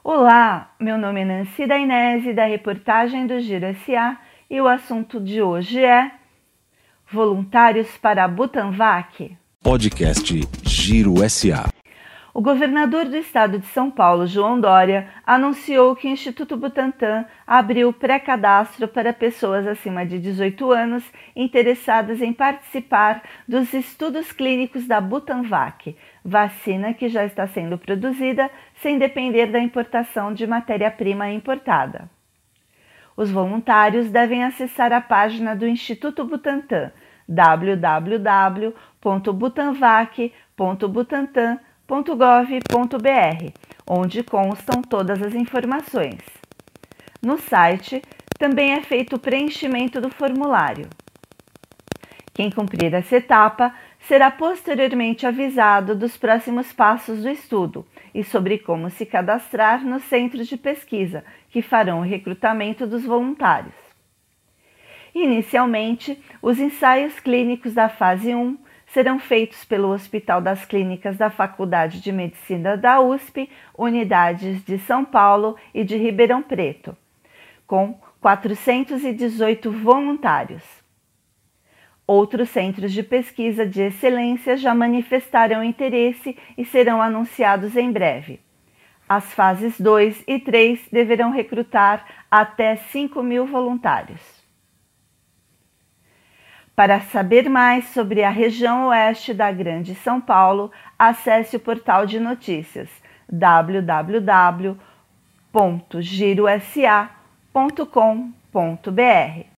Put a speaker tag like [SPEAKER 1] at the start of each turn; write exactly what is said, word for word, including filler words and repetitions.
[SPEAKER 1] Olá, meu nome é Nancy Dainese, da reportagem do Giro S A, e o assunto de hoje é Voluntários para a Butanvac.
[SPEAKER 2] Podcast Giro S A.
[SPEAKER 1] O governador do estado de São Paulo, João Dória, anunciou que o Instituto Butantan abriu pré-cadastro para pessoas acima de dezoito anos interessadas em participar dos estudos clínicos da Butanvac, vacina que já está sendo produzida sem depender da importação de matéria-prima importada. Os voluntários devem acessar a página do Instituto Butantan, w w w ponto butanvac ponto butantan ponto gov ponto b r, onde constam todas as informações. No site também é feito o preenchimento do formulário. Quem cumprir essa etapa será posteriormente avisado dos próximos passos do estudo e sobre como se cadastrar nos centros de pesquisa que farão o recrutamento dos voluntários. Inicialmente, os ensaios clínicos da fase um serão feitos pelo Hospital das Clínicas da Faculdade de Medicina da U S P, unidades de São Paulo e de Ribeirão Preto, com quatrocentos e dezoito voluntários. Outros centros de pesquisa de excelência já manifestaram interesse e serão anunciados em breve. As fases dois e três deverão recrutar até cinco mil voluntários. Para saber mais sobre a região oeste da Grande São Paulo, acesse o portal de notícias w w w ponto giro s a ponto com ponto b r.